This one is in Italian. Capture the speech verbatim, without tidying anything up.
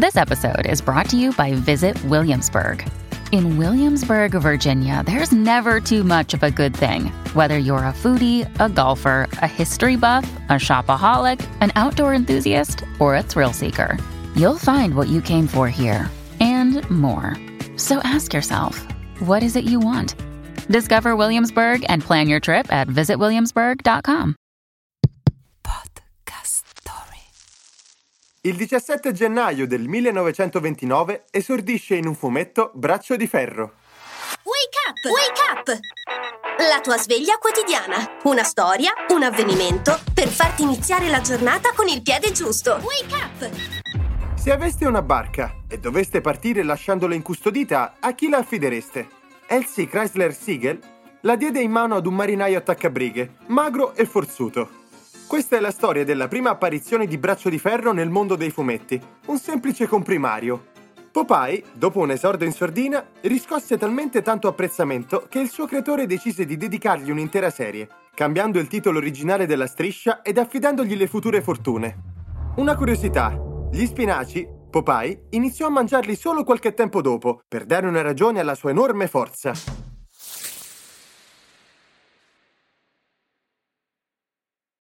This episode is brought to you by Visit Williamsburg. In Williamsburg, Virginia, there's never too much of a good thing. Whether you're a foodie, a golfer, a history buff, a shopaholic, an outdoor enthusiast, or a thrill seeker, you'll find what you came for here and more. So ask yourself, what is it you want? Discover Williamsburg and plan your trip at visit williamsburg dot com. Podcast Story. Il diciassette gennaio del millenovecentoventinove esordisce in un fumetto Braccio di Ferro. Wake up! Wake up! La tua sveglia quotidiana. Una storia, un avvenimento per farti iniziare la giornata con il piede giusto. Wake up! Se aveste una barca e doveste partire lasciandola incustodita, a chi la affidereste? Elsie Chrysler Siegel la diede in mano ad un marinaio attaccabrighe, magro e forzuto. Questa è la storia della prima apparizione di Braccio di Ferro nel mondo dei fumetti, un semplice comprimario. Popeye, dopo un esordio in sordina, riscosse talmente tanto apprezzamento che il suo creatore decise di dedicargli un'intera serie, cambiando il titolo originale della striscia ed affidandogli le future fortune. Una curiosità: gli spinaci, Popeye iniziò a mangiarli solo qualche tempo dopo, per dare una ragione alla sua enorme forza.